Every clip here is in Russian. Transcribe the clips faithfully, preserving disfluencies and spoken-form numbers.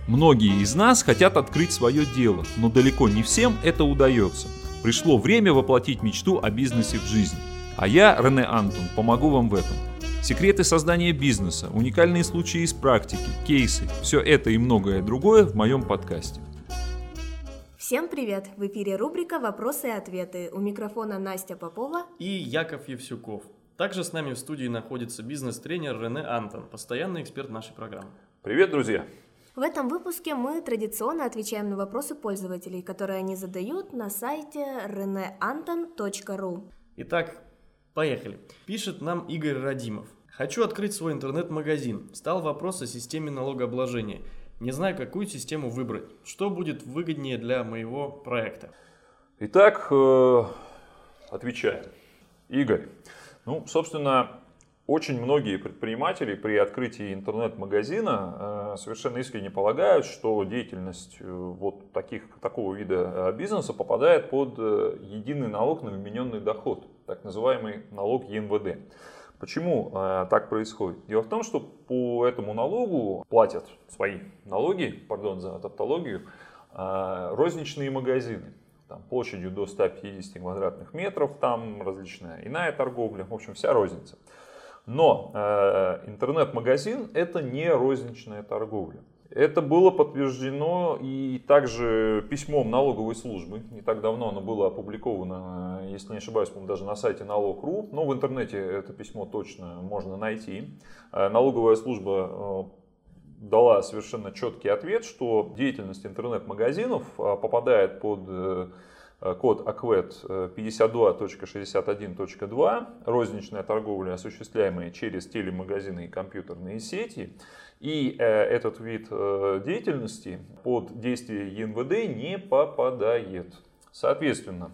Многие из нас хотят открыть свое дело, но далеко не всем это удается. Пришло время воплотить мечту о бизнесе в жизнь. А я, Рене Антон, помогу вам в этом. Секреты создания бизнеса, уникальные случаи из практики, кейсы – все это и многое другое в моем подкасте. Всем привет! В эфире рубрика «Вопросы и ответы». У микрофона Настя Попова и Яков Евсюков. Также с нами в студии находится бизнес-тренер Рене Антон, постоянный эксперт нашей программы. Привет, друзья! В этом выпуске мы традиционно отвечаем на вопросы пользователей, которые они задают на сайте рene anton точка ру. Итак, поехали. Пишет нам Игорь Радимов. Хочу открыть свой интернет-магазин. Стал вопрос о системе налогообложения. Не знаю, какую систему выбрать. Что будет выгоднее для моего проекта? Итак, э, отвечаем. Игорь, ну, собственно, очень многие предприниматели при открытии интернет-магазина э, совершенно искренне полагают, что деятельность э, вот таких, такого вида э, бизнеса попадает под э, единый налог на вмененный доход, так называемый налог Е Н В Д. Почему э, так происходит? Дело в том, что по этому налогу платят свои налоги, пардон за тавтологию, э, розничные магазины. Там, площадью до ста пятидесяти квадратных метров, там различная иная торговля, в общем, вся розница. Но э, интернет-магазин – это не розничная торговля. Это было подтверждено и также письмом налоговой службы. Не так давно оно было опубликовано, если не ошибаюсь, даже на сайте налог точка ру. Но в интернете это письмо точно можно найти. Налоговая служба дала совершенно четкий ответ, что деятельность интернет-магазинов попадает под код АКВЭД пятьдесят два точка шестьдесят один точка два, розничная торговля, осуществляемая через телемагазины и компьютерные сети. И э, этот вид э, деятельности под действие Е Н В Д не попадает. Соответственно,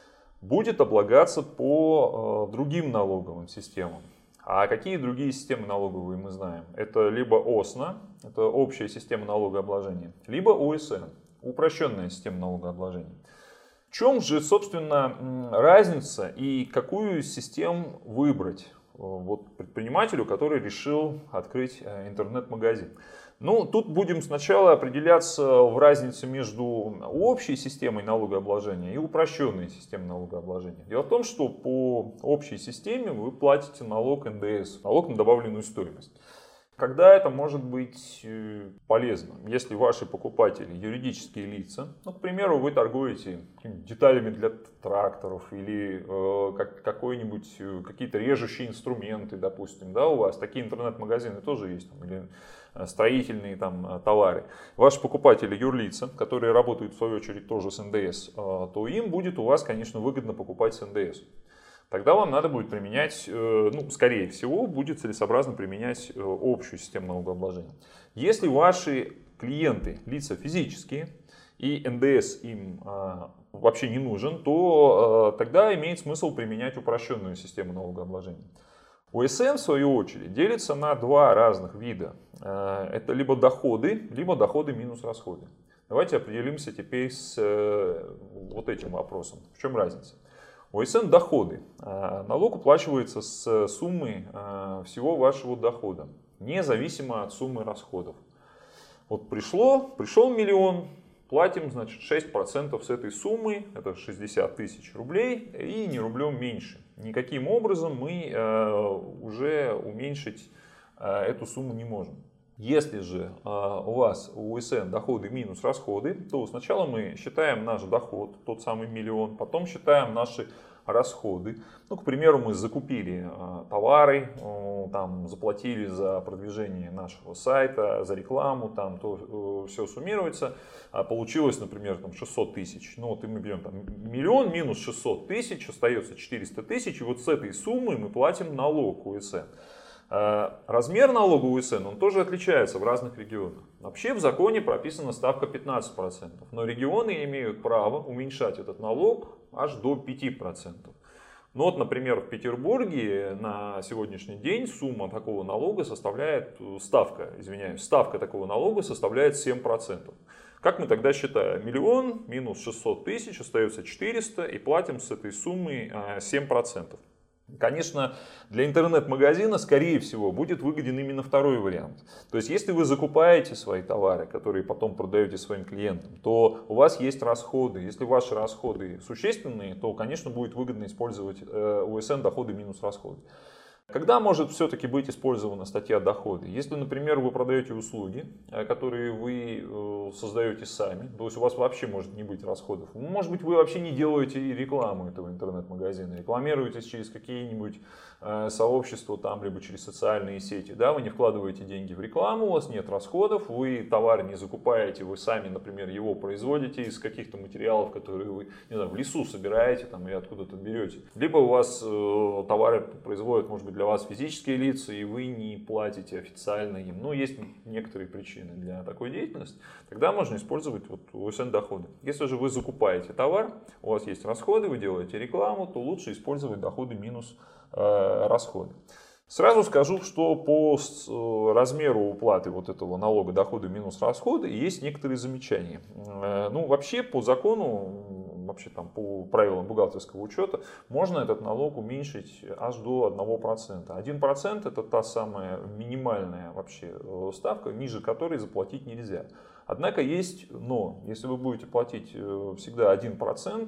будет облагаться по э, другим налоговым системам. А какие другие системы налоговые мы знаем? Это либо О С Н А, это общая система налогообложения, либо О С Н, упрощенная система налогообложения. В чем же, собственно, разница и какую систему выбрать вот предпринимателю, который решил открыть интернет-магазин? Ну, тут будем сначала определяться в разнице между общей системой налогообложения и упрощенной системой налогообложения. Дело в том, что по общей системе вы платите налог Н Д С, налог на добавленную стоимость. Когда это может быть полезно? Если ваши покупатели юридические лица, ну, к примеру, вы торгуете деталями для тракторов или э, как, какой-нибудь, какие-то режущие инструменты, допустим, да, у вас такие интернет-магазины тоже есть, там, или строительные там, товары. Ваши покупатели юрлица, которые работают в свою очередь тоже с Н Д С, э, то им будет у вас, конечно, выгодно покупать с Н Д С. Тогда вам надо будет применять, ну, скорее всего, будет целесообразно применять общую систему налогообложения. Если ваши клиенты, лица физические, и Н Д С им вообще не нужен, то тогда имеет смысл применять упрощенную систему налогообложения. О С Н, в свою очередь, делится на два разных вида. Это либо доходы, либо доходы минус расходы. Давайте определимся теперь с вот этим вопросом. В чем разница? О С Н – доходы. Налог уплачивается с суммы всего вашего дохода, независимо от суммы расходов. Вот пришло, пришел миллион, платим, значит, шесть процентов с этой суммы, это шестьдесят тысяч рублей, и ни рублем меньше. Никаким образом мы уже уменьшить эту сумму не можем. Если же у вас у О С Н доходы минус расходы, то сначала мы считаем наш доход, тот самый миллион, потом считаем наши расходы. Ну, к примеру, мы закупили товары, там, заплатили за продвижение нашего сайта, за рекламу, там, то все суммируется. Получилось, например, там, шестьсот тысяч. Ну, вот и мы берем там, миллион минус шестьсот тысяч, остается четыреста тысяч, и вот с этой суммы мы платим налог О С Н. Размер налога О С Н он тоже отличается в разных регионах. Вообще в законе прописана ставка пятнадцать процентов, но регионы имеют право уменьшать этот налог аж до пяти процентов. Ну вот, например, в Петербурге на сегодняшний день сумма такого налога составляет, ставка, извиняюсь, ставка такого налога составляет семь процентов. Как мы тогда считаем? Миллион минус шестьсот тысяч, остается четыреста, и платим с этой суммы семь процентов. Конечно, для интернет-магазина, скорее всего, будет выгоден именно второй вариант. То есть, если вы закупаете свои товары, которые потом продаете своим клиентам, то у вас есть расходы. Если ваши расходы существенные, то, конечно, будет выгодно использовать о эс эн доходы минус расходы. Когда может все-таки быть использована статья доходы? Если, например, вы продаете услуги, которые вы создаете сами, то есть у вас вообще может не быть расходов. Может быть, вы вообще не делаете рекламу этого интернет-магазина, рекламируетесь через какие-нибудь сообщества, там, либо через социальные сети. Да? Вы не вкладываете деньги в рекламу, у вас нет расходов, вы товар не закупаете, вы сами, например, его производите из каких-то материалов, которые вы не знаю, в лесу собираете там, или откуда-то берете. Либо у вас э, товары производят, может быть, для вас физические лица, и вы не платите официально им. Но есть некоторые причины для такой деятельности. Тогда можно использовать вот о эс эн доходы. Если же вы закупаете товар, у вас есть расходы, вы делаете рекламу, то лучше использовать доходы минус э, расходы. Сразу скажу, что по размеру уплаты вот этого налога дохода минус расходы есть некоторые замечания. Ну, вообще по закону, вообще там по правилам бухгалтерского учета, можно этот налог уменьшить аж до одного процента. один процент это та самая минимальная вообще ставка, ниже которой заплатить нельзя. Однако есть но. Если вы будете платить всегда один процент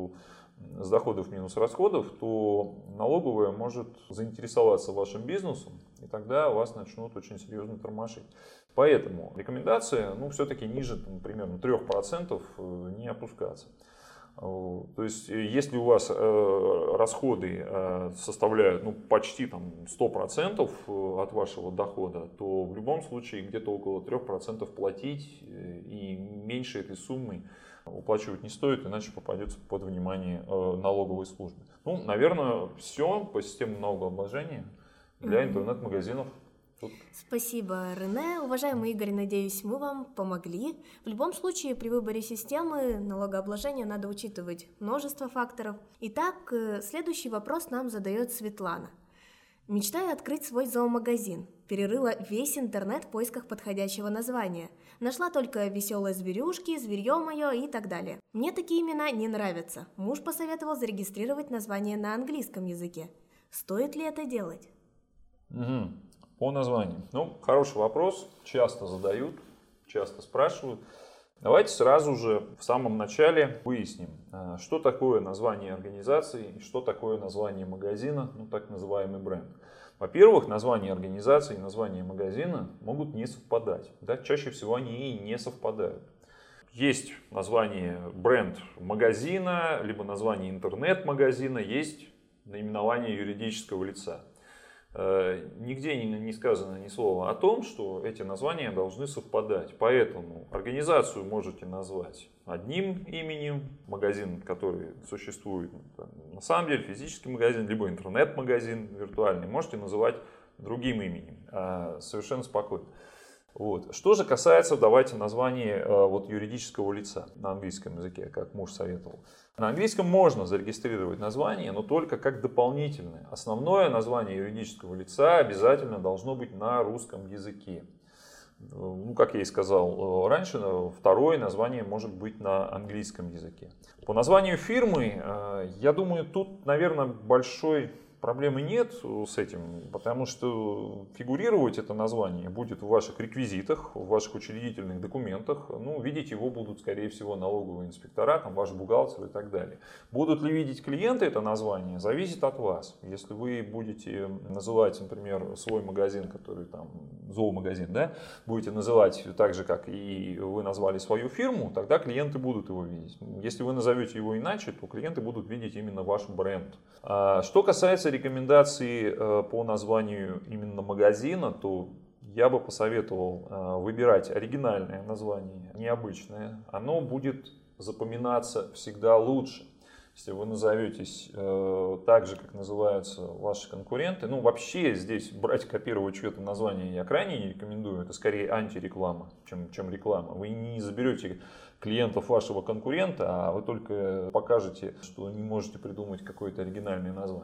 с доходов минус расходов, то налоговая может заинтересоваться вашим бизнесом, и тогда вас начнут очень серьезно тормошить. Поэтому рекомендация, ну, все-таки ниже, там, примерно трех процентов не опускаться. То есть, если у вас э, расходы э, составляют ну, почти там, сто процентов от вашего дохода, то в любом случае где-то около трех процентов платить и меньше этой суммы уплачивать не стоит, иначе попадется под внимание э, налоговой службы. Ну, наверное, все по системе налогообложения для интернет-магазинов. Тут. Спасибо, Рене. Уважаемый Игорь, надеюсь, мы вам помогли. В любом случае, при выборе системы налогообложения надо учитывать множество факторов. Итак, следующий вопрос нам задает Светлана. Мечтаю открыть свой зоомагазин. Перерыла весь интернет в поисках подходящего названия. Нашла только веселые зверюшки, зверье мое и так далее. Мне такие имена не нравятся. Муж посоветовал зарегистрировать название на английском языке. Стоит ли это делать? Угу. По названию. Ну, хороший вопрос. Часто задают, часто спрашивают. Давайте сразу же в самом начале выясним, что такое название организации и что такое название магазина, ну так называемый бренд. Во-первых, название организации и название магазина могут не совпадать. Да? Чаще всего они и не совпадают. Есть название бренд магазина, либо название интернет-магазина, есть наименование юридического лица. Нигде не сказано ни слова о том, что эти названия должны совпадать. Поэтому организацию можете назвать одним именем, магазин, который существует на самом деле, физический магазин, либо интернет-магазин виртуальный, можете называть другим именем, совершенно спокойно. Вот. Что же касается, давайте, названия вот, юридического лица на английском языке, как муж советовал. На английском можно зарегистрировать название, но только как дополнительное. Основное название юридического лица обязательно должно быть на русском языке. Ну, как я и сказал раньше, второе название может быть на английском языке. По названию фирмы, я думаю, тут, наверное, большой проблемы нет с этим, потому что фигурировать это название будет в ваших реквизитах, в ваших учредительных документах. Ну, видеть его будут, скорее всего, налоговые инспектора, там, ваш бухгалтер и так далее. Будут ли видеть клиенты это название, зависит от вас. Если вы будете называть, например, свой магазин, который там, зоомагазин, да, будете называть так же, как и вы назвали свою фирму, тогда клиенты будут его видеть. Если вы назовете его иначе, то клиенты будут видеть именно ваш бренд. Что касается рекомендации по названию именно магазина, то я бы посоветовал выбирать оригинальное название, необычное. Оно будет запоминаться всегда лучше. Если вы назоветесь так же, как называются ваши конкуренты, ну вообще здесь брать, копировать чье-то название я крайне не рекомендую. Это скорее антиреклама, чем, чем реклама. Вы не заберете клиентов вашего конкурента, а вы только покажете, что не можете придумать какое-то оригинальное название.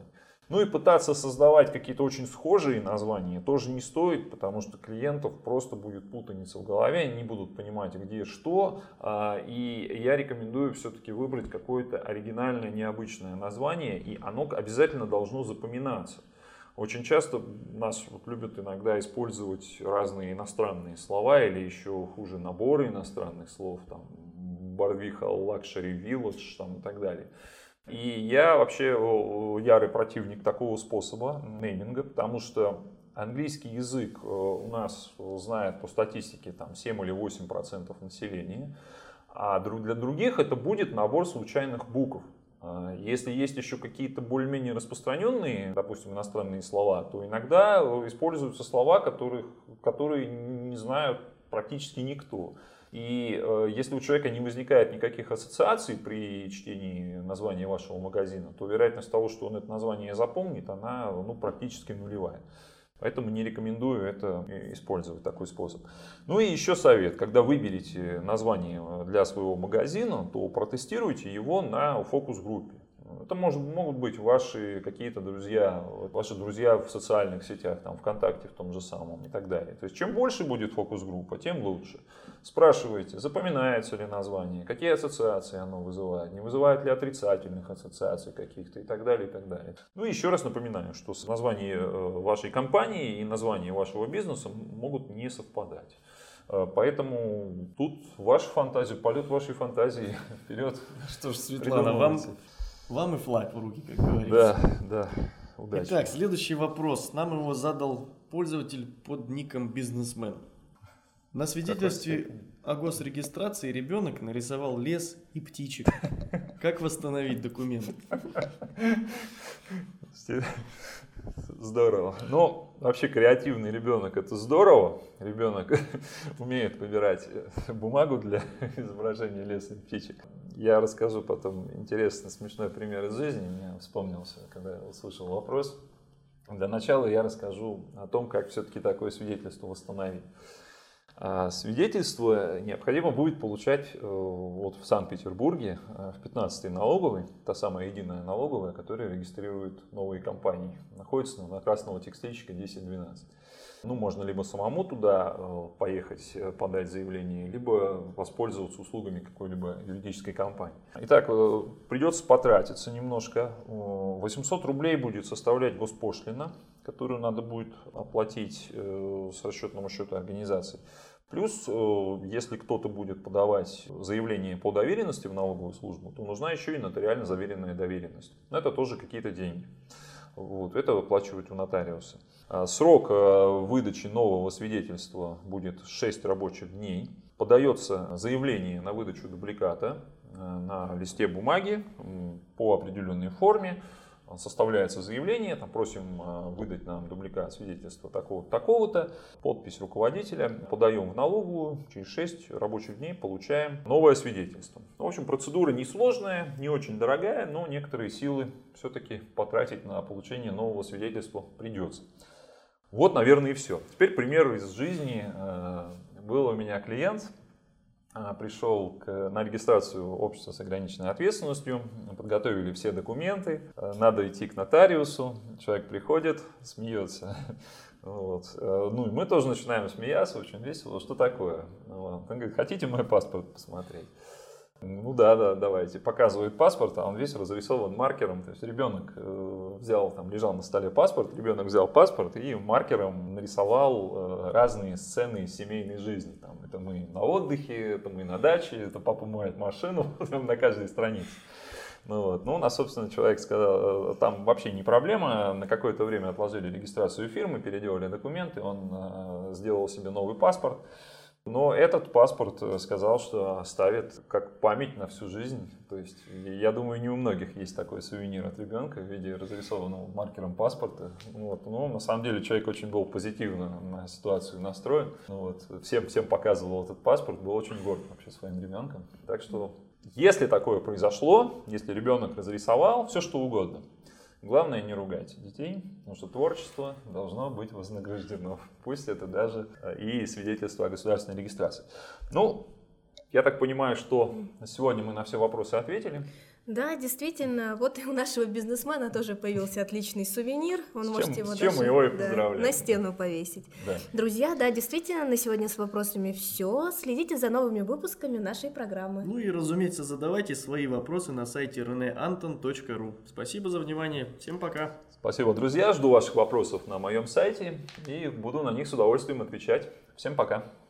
Ну и пытаться создавать какие-то очень схожие названия тоже не стоит, потому что клиентов просто будет путаница в голове, они не будут понимать, где что. И я рекомендую все-таки выбрать какое-то оригинальное, необычное название, и оно обязательно должно запоминаться. Очень часто нас вот любят иногда использовать разные иностранные слова или еще хуже наборы иностранных слов, там Барвиха, Luxury Village там, и так далее. И я вообще ярый противник такого способа нейминга, потому что английский язык у нас знает по статистике там, семь или восемь процентов населения, а для других это будет набор случайных букв. Если есть еще какие-то более-менее распространенные, допустим, иностранные слова, то иногда используются слова, которых, которые не знают практически никто. И э, если у человека не возникает никаких ассоциаций при чтении названия вашего магазина, то вероятность того, что он это название запомнит, она ну, практически нулевая. Поэтому не рекомендую это использовать, такой способ. Ну и еще совет. Когда выберете название для своего магазина, то протестируйте его на фокус-группе. Это может, могут быть ваши какие-то друзья, ваши друзья в социальных сетях, там, ВКонтакте в том же самом и так далее. То есть чем больше будет фокус-группа, тем лучше. Спрашивайте, запоминается ли название, какие ассоциации оно вызывает, не вызывает ли отрицательных ассоциаций каких-то и так далее, и так далее. Ну и еще раз напоминаю, что название вашей компании и название вашего бизнеса могут не совпадать. Поэтому тут ваша фантазия, полет вашей фантазии вперед. Что ж, Светлана, вам... Вам и флаг в руки, как говорится. Да, да, удачи. Итак, следующий вопрос. Нам его задал пользователь под ником «Бизнесмен». На свидетельстве о госрегистрации ребенок нарисовал лес и птичек. Как восстановить документы? Здорово. Но вообще креативный ребенок — это здорово. Ребенок умеет выбирать бумагу для изображения леса и птичек. Я расскажу потом интересный, смешной пример из жизни. Мне вспомнился, когда я услышал вопрос. Для начала я расскажу о том, как все-таки такое свидетельство восстановить. Свидетельство необходимо будет получать вот в Санкт-Петербурге, в пятнадцатой налоговой, та самая единая налоговая, которая регистрирует новые компании. Находится на красного текстильщика десять двенадцать. Ну, можно либо самому туда поехать, подать заявление, либо воспользоваться услугами какой-либо юридической компании. Итак, придется потратиться немножко. восемьсот рублей будет составлять госпошлина, которую надо будет оплатить с расчетного счета организации. Плюс, если кто-то будет подавать заявление по доверенности в налоговую службу, то нужна еще и нотариально заверенная доверенность. Это тоже какие-то деньги. Вот, это выплачивают у нотариуса. Срок выдачи нового свидетельства будет шесть рабочих дней. Подается заявление на выдачу дубликата на листе бумаги по определенной форме. Составляется заявление, там просим выдать нам дубликат свидетельства такого-то, такого-то, подпись руководителя, подаем в налоговую, через шесть рабочих дней получаем новое свидетельство. В общем, процедура несложная, не очень дорогая, но некоторые силы все-таки потратить на получение нового свидетельства придется. Вот, наверное, и все. Теперь пример из жизни. Был у меня клиент, пришел к, на регистрацию общества с ограниченной ответственностью, подготовили все документы, надо идти к нотариусу, человек приходит, смеется. Вот. Ну и мы тоже начинаем смеяться, очень весело, что такое? Вот. Он говорит, хотите мой паспорт посмотреть? Ну да, да, давайте. Показывает паспорт, а он весь разрисован маркером. То есть ребенок взял, там лежал на столе паспорт, ребенок взял паспорт и маркером нарисовал разные сцены из семейной жизни. Там, это мы на отдыхе, это мы на даче, это папа моет машину, на каждой странице. Ну, вот. Ну, у нас, собственно, человек сказал, там вообще не проблема, на какое-то время отложили регистрацию фирмы, переделали документы, он сделал себе новый паспорт. Но этот паспорт сказал, что оставит как память на всю жизнь. То есть, я думаю, не у многих есть такой сувенир от ребенка в виде разрисованного маркером паспорта. Вот. Но на самом деле человек очень был позитивно на ситуацию настроен. Вот. Всем, всем показывал этот паспорт, был очень горд вообще своим ребенком. Так что, если такое произошло, если ребенок разрисовал, все что угодно. Главное, не ругайте детей, потому что творчество должно быть вознаграждено. Пусть это даже и свидетельство о государственной регистрации. Ну, я так понимаю, что сегодня мы на все вопросы ответили. Да, действительно, вот и у нашего бизнесмена тоже появился отличный сувенир. Он С можете чем- его с чем даже мы его и да, поздравляем. на стену повесить. Да. Друзья, да, действительно, на сегодня с вопросами все. Следите за новыми выпусками нашей программы. Ну и, разумеется, задавайте свои вопросы на сайте рене антон точка ру. Спасибо за внимание. Всем пока. Спасибо, друзья. Жду ваших вопросов на моем сайте и буду на них с удовольствием отвечать. Всем пока.